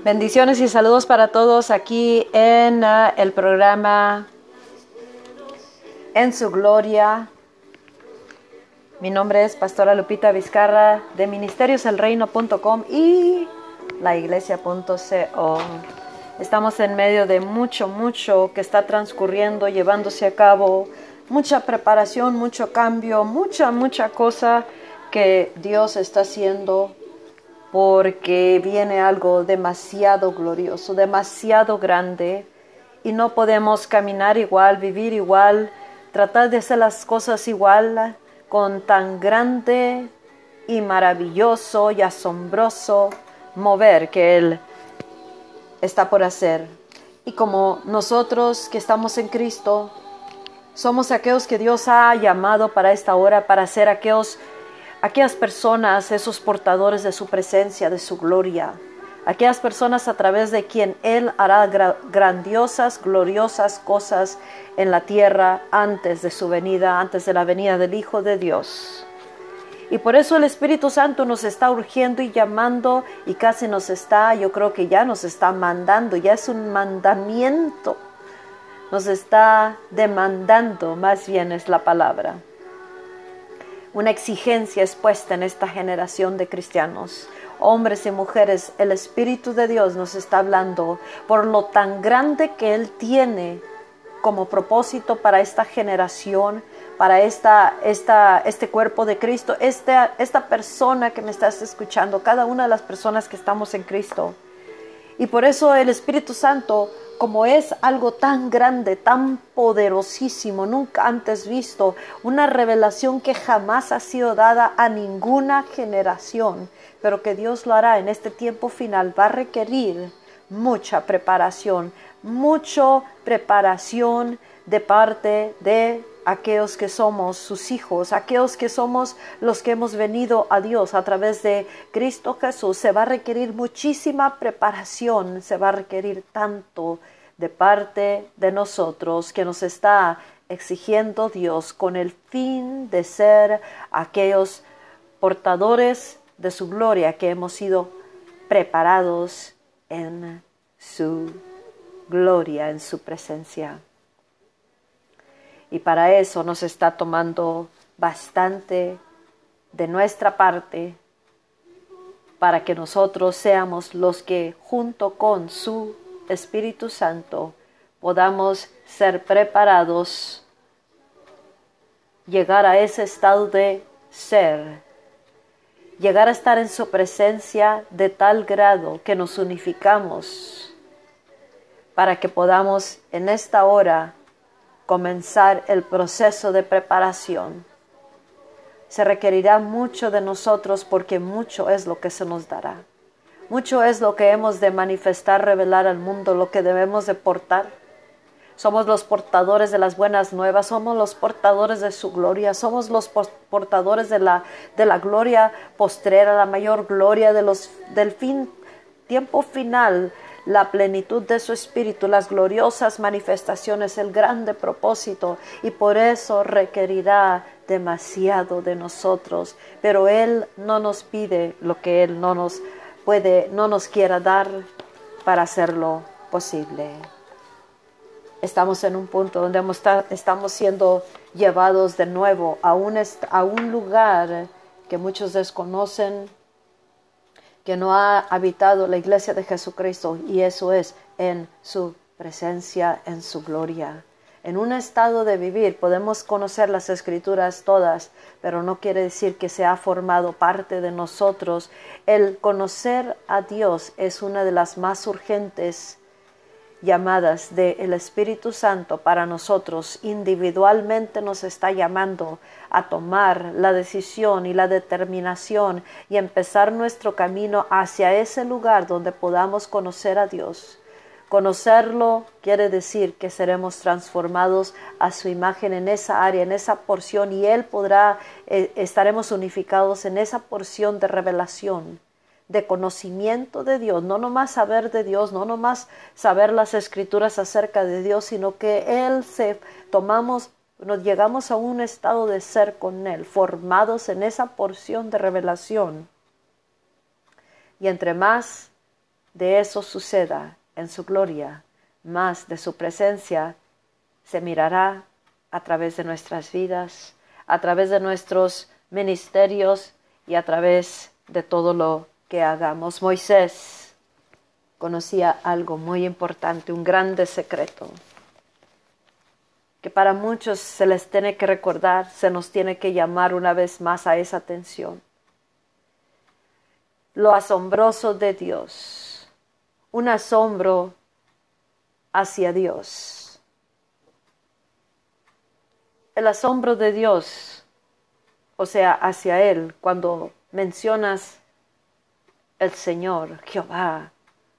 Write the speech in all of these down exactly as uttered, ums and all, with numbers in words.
Bendiciones y saludos para todos aquí en uh, el programa En su Gloria. Mi nombre es Pastora Lupita Vizcarra de ministerios el reino punto com y la iglesia punto co. Estamos en medio de mucho, mucho que está transcurriendo, llevándose a cabo, mucha preparación, mucho cambio, mucha, mucha cosa que Dios está haciendo, porque viene algo demasiado glorioso, demasiado grande, y no podemos caminar igual, vivir igual, tratar de hacer las cosas igual, con tan grande y maravilloso y asombroso mover que Él está por hacer. Y como nosotros que estamos en Cristo, somos aquellos que Dios ha llamado para esta hora, para ser aquellos Aquellas personas, esos portadores de su presencia, de su gloria. Aquellas personas a través de quien Él hará gra- grandiosas, gloriosas cosas en la tierra antes de su venida, antes de la venida del Hijo de Dios. Y por eso el Espíritu Santo nos está urgiendo y llamando, y casi nos está, yo creo que ya nos está mandando, ya es un mandamiento. Nos está demandando, más bien es la palabra. Una exigencia es puesta en esta generación de cristianos, hombres y mujeres. El Espíritu de Dios nos está hablando por lo tan grande que Él tiene como propósito para esta generación, para esta, esta, este cuerpo de Cristo, esta, esta persona que me estás escuchando, cada una de las personas que estamos en Cristo. Y por eso el Espíritu Santo, como es algo tan grande, tan poderosísimo, nunca antes visto, una revelación que jamás ha sido dada a ninguna generación, pero que Dios lo hará en este tiempo final, va a requerir mucha preparación, mucha preparación de parte de aquellos que somos sus hijos, aquellos que somos los que hemos venido a Dios a través de Cristo Jesús. Se va a requerir muchísima preparación, se va a requerir tanto de parte de nosotros que nos está exigiendo Dios con el fin de ser aquellos portadores de su gloria que hemos sido preparados en su gloria, en su presencia. Y para eso nos está tomando bastante de nuestra parte para que nosotros seamos los que junto con su Espíritu Santo podamos ser preparados, llegar a ese estado de ser, llegar a estar en su presencia de tal grado que nos unificamos para que podamos en esta hora comenzar el proceso de preparación. Se requerirá mucho de nosotros porque mucho es lo que se nos dará. Mucho es lo que hemos de manifestar, revelar al mundo, lo que debemos de portar. Somos los portadores de las buenas nuevas, somos los portadores de su gloria, somos los portadores de la, de la gloria postrera, la mayor gloria de los, del fin, tiempo final, la plenitud de su Espíritu, las gloriosas manifestaciones, el grande propósito, y por eso requerirá demasiado de nosotros. Pero Él no nos pide lo que Él no nos puede, no nos quiera dar para hacerlo posible. Estamos en un punto donde hemos, estamos siendo llevados de nuevo a un, a un lugar que muchos desconocen, que no ha habitado la iglesia de Jesucristo, y eso es en su presencia, en su gloria. En un estado de vivir podemos conocer las Escrituras todas, pero no quiere decir que se ha formado parte de nosotros. El conocer a Dios es una de las más urgentes llamadas del Espíritu Santo para nosotros. Individualmente nos está llamando a tomar la decisión y la determinación y empezar nuestro camino hacia ese lugar donde podamos conocer a Dios. Conocerlo quiere decir que seremos transformados a su imagen en esa área, en esa porción, y Él podrá, eh, estaremos unificados en esa porción de revelación, de conocimiento de Dios, no nomás saber de Dios, no nomás saber las Escrituras acerca de Dios, sino que Él se tomamos, nos llegamos a un estado de ser con Él, formados en esa porción de revelación. Y entre más de eso suceda en su gloria, más de su presencia se mirará a través de nuestras vidas, a través de nuestros ministerios y a través de todo lo que hagamos. Moisés conocía algo muy importante, un grande secreto, que para muchos se les tiene que recordar, se nos tiene que llamar una vez más a esa atención. Lo asombroso de Dios, un asombro hacia Dios. El asombro de Dios, o sea, hacia Él, cuando mencionas el Señor, Jehová,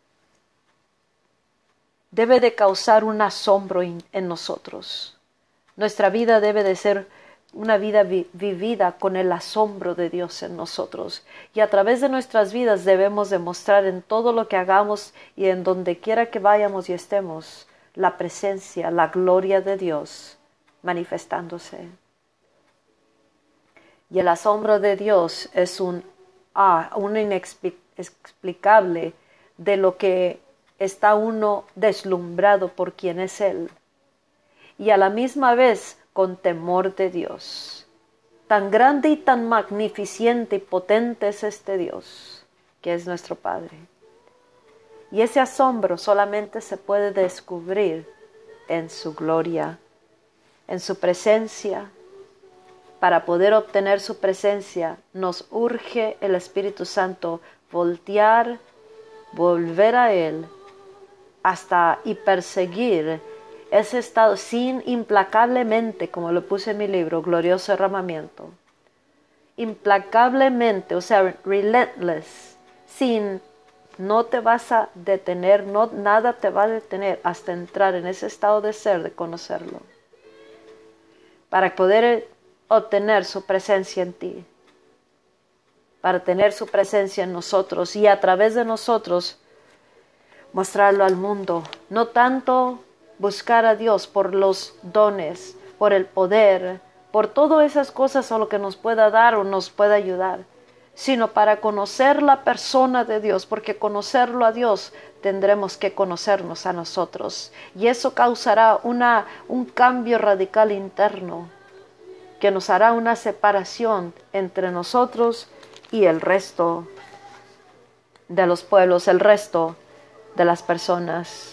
debe de causar un asombro en nosotros. Nuestra vida debe de ser una vida vi- vivida con el asombro de Dios en nosotros. Y a través de nuestras vidas debemos demostrar en todo lo que hagamos y en donde quiera que vayamos y estemos, la presencia, la gloria de Dios manifestándose. Y el asombro de Dios es un, ah, un inexplicable de lo que está uno deslumbrado por quien es Él. Y a la misma vez con temor de Dios. Tan grande y tan magnificente y potente es este Dios, que es nuestro Padre. Y ese asombro solamente se puede descubrir en su gloria, en su presencia. Para poder obtener su presencia, nos urge el Espíritu Santo voltear, volver a Él, hasta y perseguir ese estado sin implacablemente, como lo puse en mi libro, Glorioso Derramamiento. Implacablemente, o sea, relentless, sin, no te vas a detener, no, nada te va a detener hasta entrar en ese estado de ser, de conocerlo. Para poder obtener su presencia en ti, para tener su presencia en nosotros y a través de nosotros mostrarlo al mundo. No tanto buscar a Dios por los dones, por el poder, por todas esas cosas o lo que nos pueda dar o nos pueda ayudar, sino para conocer la persona de Dios, porque conocerlo a Dios tendremos que conocernos a nosotros. Y eso causará una, un cambio radical interno, que nos hará una separación entre nosotros y el resto de los pueblos, el resto de las personas.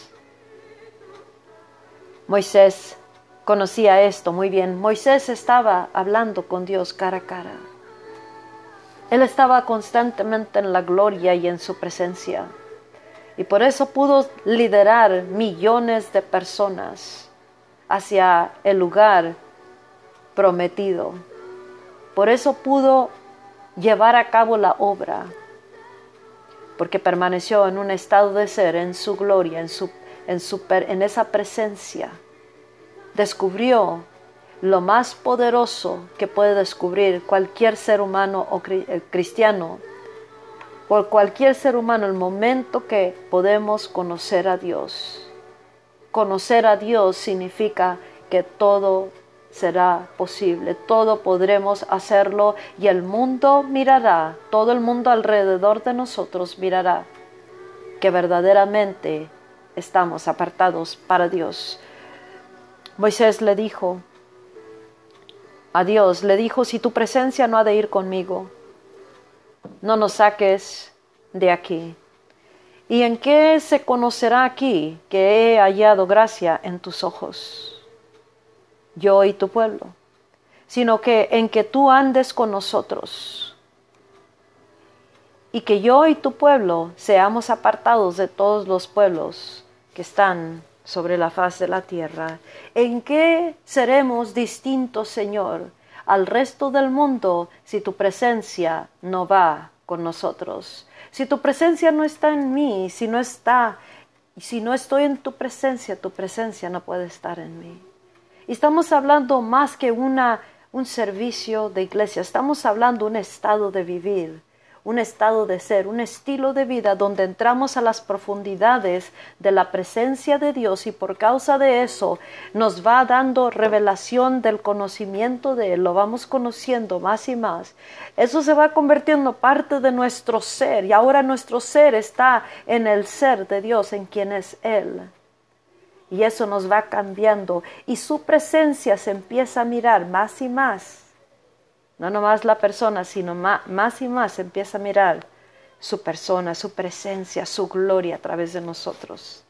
Moisés conocía esto muy bien. Moisés estaba hablando con Dios cara a cara. Él estaba constantemente en la gloria y en su presencia. Y por eso pudo liderar millones de personas hacia el lugar prometido. Por eso pudo llevar a cabo la obra, porque permaneció en un estado de ser, en su gloria, en, su, en, su, en esa presencia. Descubrió lo más poderoso que puede descubrir cualquier ser humano o cristiano, por cualquier ser humano, el momento que podemos conocer a Dios. Conocer a Dios significa que todo será posible, todo podremos hacerlo y el mundo mirará, todo el mundo alrededor de nosotros mirará que verdaderamente estamos apartados para Dios. Moisés le dijo a Dios, le dijo, si tu presencia no ha de ir conmigo, no nos saques de aquí. ¿Y en qué se conocerá aquí que he hallado gracia en tus ojos, yo y tu pueblo? Sino que en que tú andes con nosotros y que yo y tu pueblo seamos apartados de todos los pueblos que están sobre la faz de la tierra. ¿En qué seremos distintos, Señor, al resto del mundo si tu presencia no va con nosotros? Si tu presencia no está en mí, si no está, si no estoy en tu presencia, tu presencia no puede estar en mí. Y estamos hablando más que una, un servicio de iglesia, estamos hablando un estado de vivir, un estado de ser, un estilo de vida donde entramos a las profundidades de la presencia de Dios y por causa de eso nos va dando revelación del conocimiento de Él, lo vamos conociendo más y más. Eso se va convirtiendo parte de nuestro ser y ahora nuestro ser está en el ser de Dios, en quien es Él. Y eso nos va cambiando y su presencia se empieza a mirar más y más. No nomás la persona, sino más, más y más se empieza a mirar su persona, su presencia, su gloria a través de nosotros.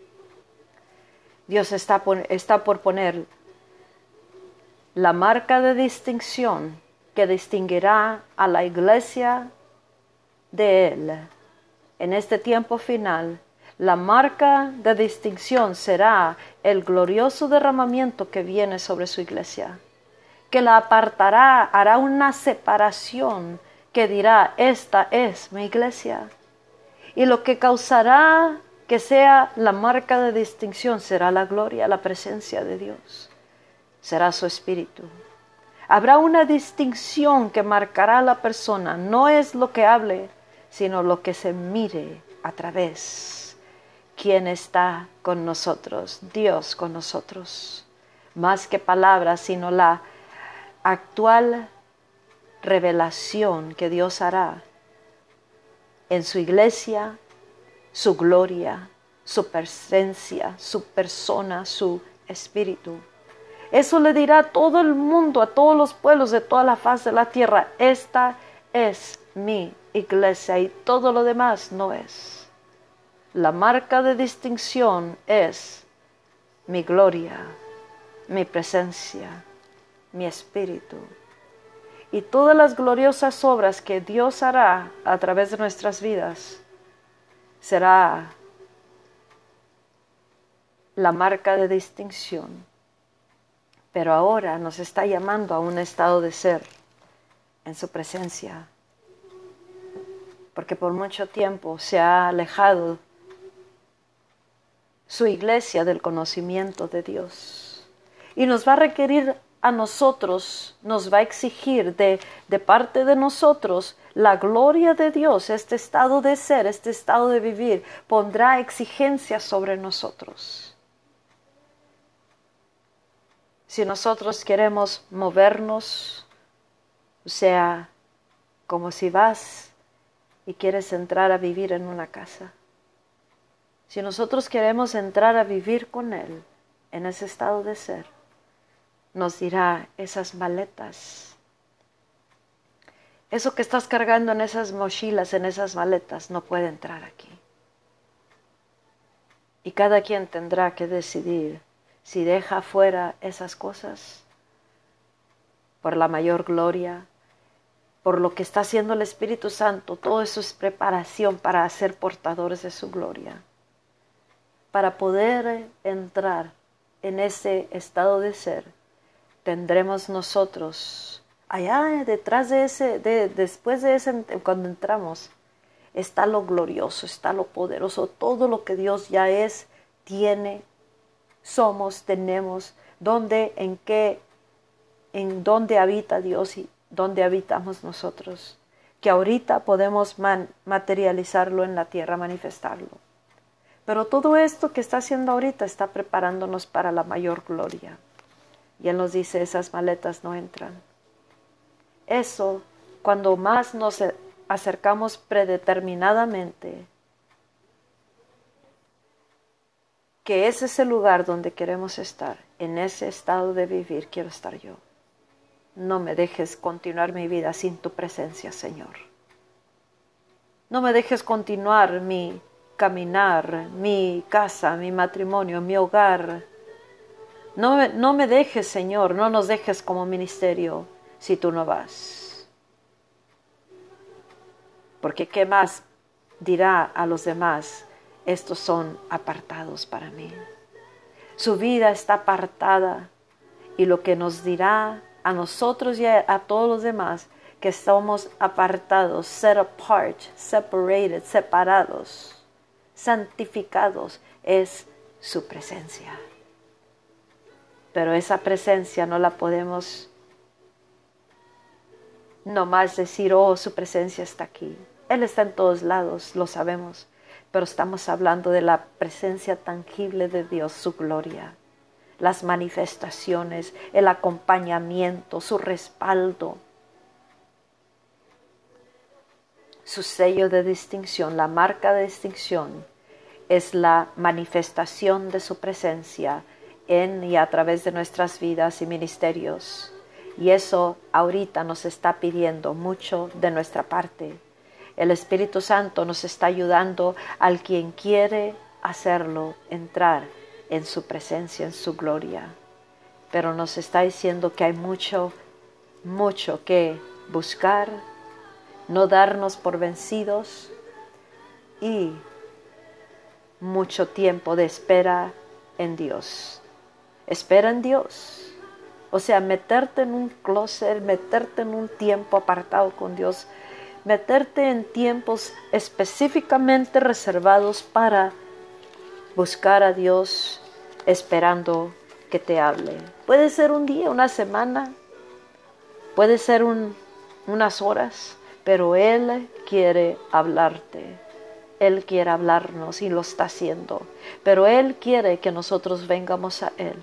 Dios está por, está por poner la marca de distinción que distinguirá a la iglesia de Él. En este tiempo final, la marca de distinción será el glorioso derramamiento que viene sobre su iglesia, que la apartará, hará una separación que dirá, esta es mi iglesia. Y lo que causará que sea la marca de distinción será la gloria, la presencia de Dios. Será su espíritu. Habrá una distinción que marcará a la persona. No es lo que hable, sino lo que se mire a través. ¿Quién está con nosotros? Dios con nosotros. Más que palabras, sino la actual revelación que Dios hará en su iglesia, su gloria, su presencia, su persona, su espíritu. Eso le dirá a todo el mundo, a todos los pueblos de toda la faz de la tierra, esta es mi iglesia y todo lo demás no es. La marca de distinción es mi gloria, mi presencia, mi espíritu. Y todas las gloriosas obras que Dios hará a través de nuestras vidas será la marca de distinción. Pero ahora nos está llamando a un estado de ser en su presencia. Porque por mucho tiempo se ha alejado su iglesia del conocimiento de Dios. Y nos va a requerir a nosotros, nos va a exigir de, de parte de nosotros la gloria de Dios, este estado de ser, este estado de vivir, pondrá exigencias sobre nosotros. Si nosotros queremos movernos, o sea, como si vas y quieres entrar a vivir en una casa. Si nosotros queremos entrar a vivir con Él en ese estado de ser, nos dirá esas maletas. Eso que estás cargando en esas mochilas, en esas maletas, no puede entrar aquí. Y cada quien tendrá que decidir si deja fuera esas cosas por la mayor gloria, por lo que está haciendo el Espíritu Santo. Todo eso es preparación para ser portadores de su gloria, para poder entrar en ese estado de ser. Tendremos nosotros allá detrás de ese, de, después de ese, cuando entramos, está lo glorioso, está lo poderoso, todo lo que Dios ya es, tiene, somos, tenemos, dónde, en qué, en dónde habita Dios y dónde habitamos nosotros, que ahorita podemos man, materializarlo en la tierra, manifestarlo. Pero todo esto que está haciendo ahorita está preparándonos para la mayor gloria. Y Él nos dice, esas maletas no entran. Eso, cuando más nos acercamos predeterminadamente, que ese es el lugar donde queremos estar, en ese estado de vivir quiero estar yo. No me dejes continuar mi vida sin tu presencia, Señor. No me dejes continuar mi caminar, mi casa, mi matrimonio, mi hogar. No me, no me dejes, Señor, no nos dejes como ministerio si tú no vas. Porque ¿qué más dirá a los demás? Estos son apartados para mí. Su vida está apartada y lo que nos dirá a nosotros y a, a todos los demás que estamos apartados, set apart, separated, separados, santificados, es su presencia. Pero esa presencia no la podemos no más decir, oh, su presencia está aquí. Él está en todos lados, lo sabemos, pero estamos hablando de la presencia tangible de Dios, su gloria, las manifestaciones, el acompañamiento, su respaldo, su sello de distinción, la marca de distinción es la manifestación de su presencia en y a través de nuestras vidas y ministerios. Y eso ahorita nos está pidiendo mucho de nuestra parte. El Espíritu Santo nos está ayudando al quien quiere hacerlo entrar en su presencia, en su gloria. Pero nos está diciendo que hay mucho, mucho que buscar, no darnos por vencidos y mucho tiempo de espera en Dios. Espera en Dios. O sea, meterte en un closet, meterte en un tiempo apartado con Dios, meterte en tiempos específicamente reservados para buscar a Dios esperando que te hable. Puede ser un día, una semana, puede ser un, unas horas, pero Él quiere hablarte. Él quiere hablarnos y lo está haciendo. Pero Él quiere que nosotros vengamos a Él.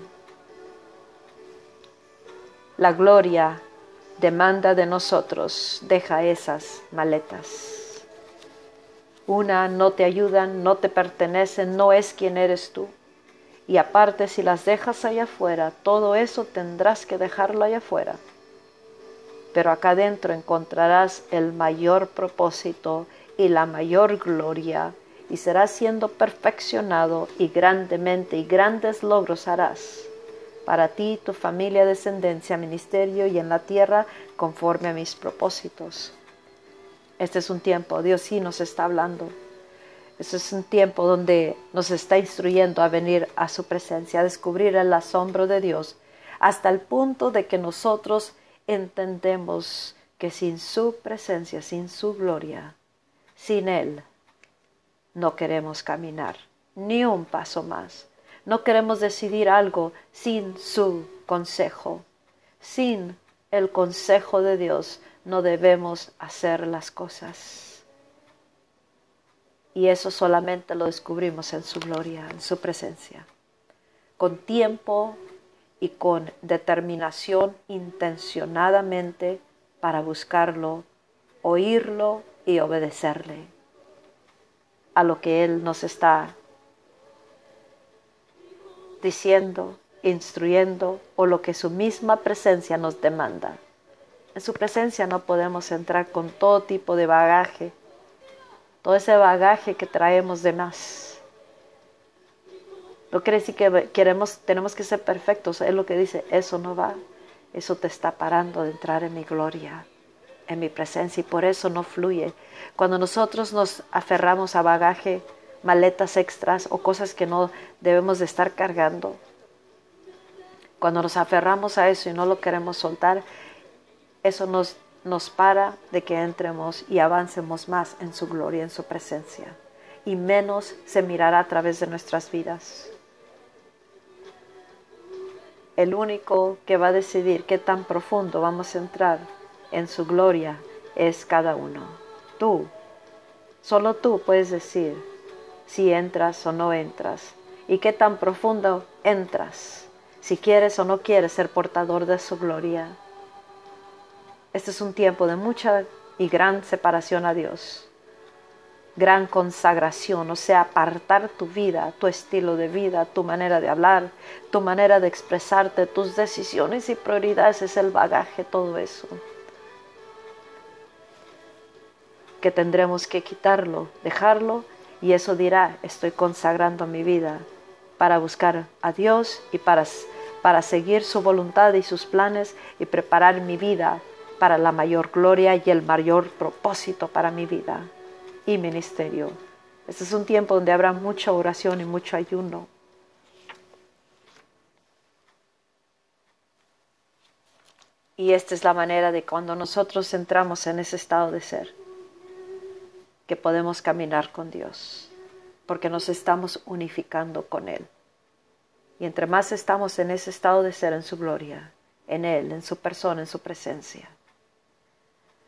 La gloria demanda de nosotros, deja esas maletas. Una, no te ayudan, no te pertenecen, no es quien eres tú. Y aparte, si las dejas allá afuera, todo eso tendrás que dejarlo allá afuera. Pero acá adentro encontrarás el mayor propósito y la mayor gloria, y serás siendo perfeccionado y grandemente, y grandes logros harás para ti, tu familia, descendencia, ministerio y en la tierra conforme a mis propósitos. Este es un tiempo, Dios sí nos está hablando. Este es un tiempo donde nos está instruyendo a venir a su presencia, a descubrir el asombro de Dios, hasta el punto de que nosotros entendemos que sin su presencia, sin su gloria, sin Él, no queremos caminar ni un paso más. No queremos decidir algo sin su consejo. Sin el consejo de Dios no debemos hacer las cosas. Y eso solamente lo descubrimos en su gloria, en su presencia. Con tiempo y con determinación intencionadamente para buscarlo, oírlo y obedecerle a lo que Él nos está diciendo, instruyendo o lo que su misma presencia nos demanda. En su presencia no podemos entrar con todo tipo de bagaje, todo ese bagaje que traemos de más. No quiere decir que queremos, tenemos que ser perfectos. Es lo que dice, eso no va. Eso te está parando de entrar en mi gloria, en mi presencia, y por eso no fluye. Cuando nosotros nos aferramos a bagaje, maletas extras o cosas que no debemos de estar cargando, cuando nos aferramos a eso y no lo queremos soltar, eso nos, nos para de que entremos y avancemos más en su gloria, en su presencia, y menos se mirará a través de nuestras vidas. El único que va a decidir qué tan profundo vamos a entrar en su gloria es cada uno. Tú, solo tú puedes decir si entras o no entras, y qué tan profundo entras, si quieres o no quieres ser portador de su gloria. Este es un tiempo de mucha y gran separación a Dios, gran consagración, o sea, apartar tu vida, tu estilo de vida, tu manera de hablar, tu manera de expresarte, tus decisiones y prioridades, es el bagaje, todo eso que tendremos que quitarlo, dejarlo. Y eso dirá, estoy consagrando mi vida para buscar a Dios y para, para seguir su voluntad y sus planes y preparar mi vida para la mayor gloria y el mayor propósito para mi vida y ministerio. Este es un tiempo donde habrá mucha oración y mucho ayuno. Y esta es la manera de cuando nosotros entramos en ese estado de ser, que podemos caminar con Dios, porque nos estamos unificando con Él. Y entre más estamos en ese estado de ser, en su gloria, en Él, en su persona, en su presencia,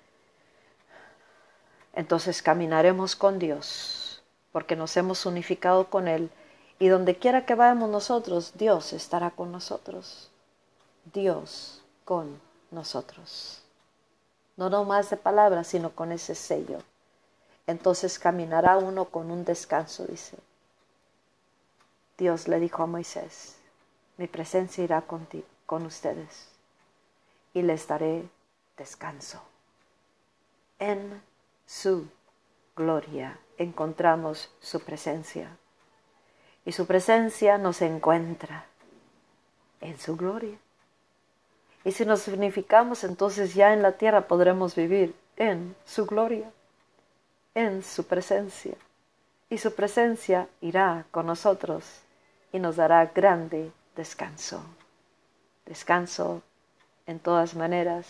entonces caminaremos con Dios, porque nos hemos unificado con Él. Y donde quiera que vayamos nosotros, Dios estará con nosotros. Dios con nosotros. No nomás de palabras, sino con ese sello. Entonces caminará uno con un descanso, dice. Dios le dijo a Moisés, mi presencia irá contigo, con ustedes, y les daré descanso. En su gloria encontramos su presencia. Y su presencia nos encuentra en su gloria. Y si nos unificamos, entonces ya en la tierra podremos vivir en su gloria, en su presencia. Y su presencia irá con nosotros y nos dará grande descanso. Descanso en todas maneras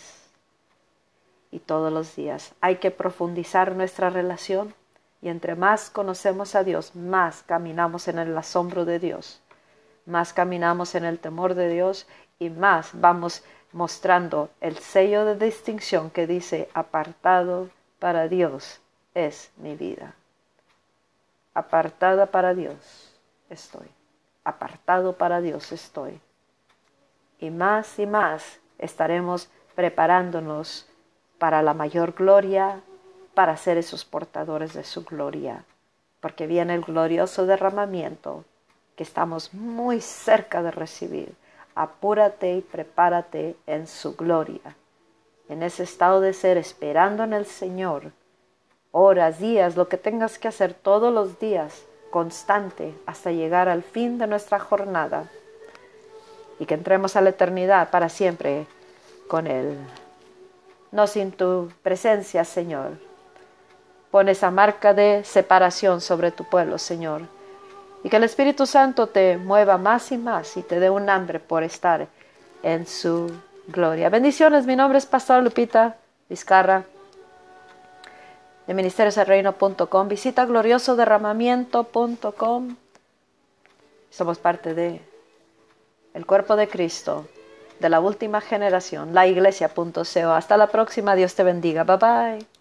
y todos los días. Hay que profundizar nuestra relación. Y entre más conocemos a Dios, más caminamos en el asombro de Dios, más caminamos en el temor de Dios y más vamos mostrando el sello de distinción que dice, apartado para Dios es mi vida. Apartada para Dios estoy. Apartado para Dios estoy. Y más y más estaremos preparándonos para la mayor gloria, para ser esos portadores de su gloria, porque viene el glorioso derramamiento que estamos muy cerca de recibir. Apúrate y prepárate en su gloria, en ese estado de ser, esperando en el Señor, horas, días, lo que tengas que hacer todos los días, constante, hasta llegar al fin de nuestra jornada, y que entremos a la eternidad para siempre con Él. No sin tu presencia, Señor. Pon esa marca de separación sobre tu pueblo, Señor. Y que el Espíritu Santo te mueva más y más y te dé un hambre por estar en su gloria. Bendiciones, mi nombre es Pastora Lupita Vizcarra de ministerios el reino punto com. Visita glorioso derramamiento punto com. Somos parte de el cuerpo de Cristo, de la última generación, la iglesia punto co. Hasta la próxima, Dios te bendiga. Bye bye.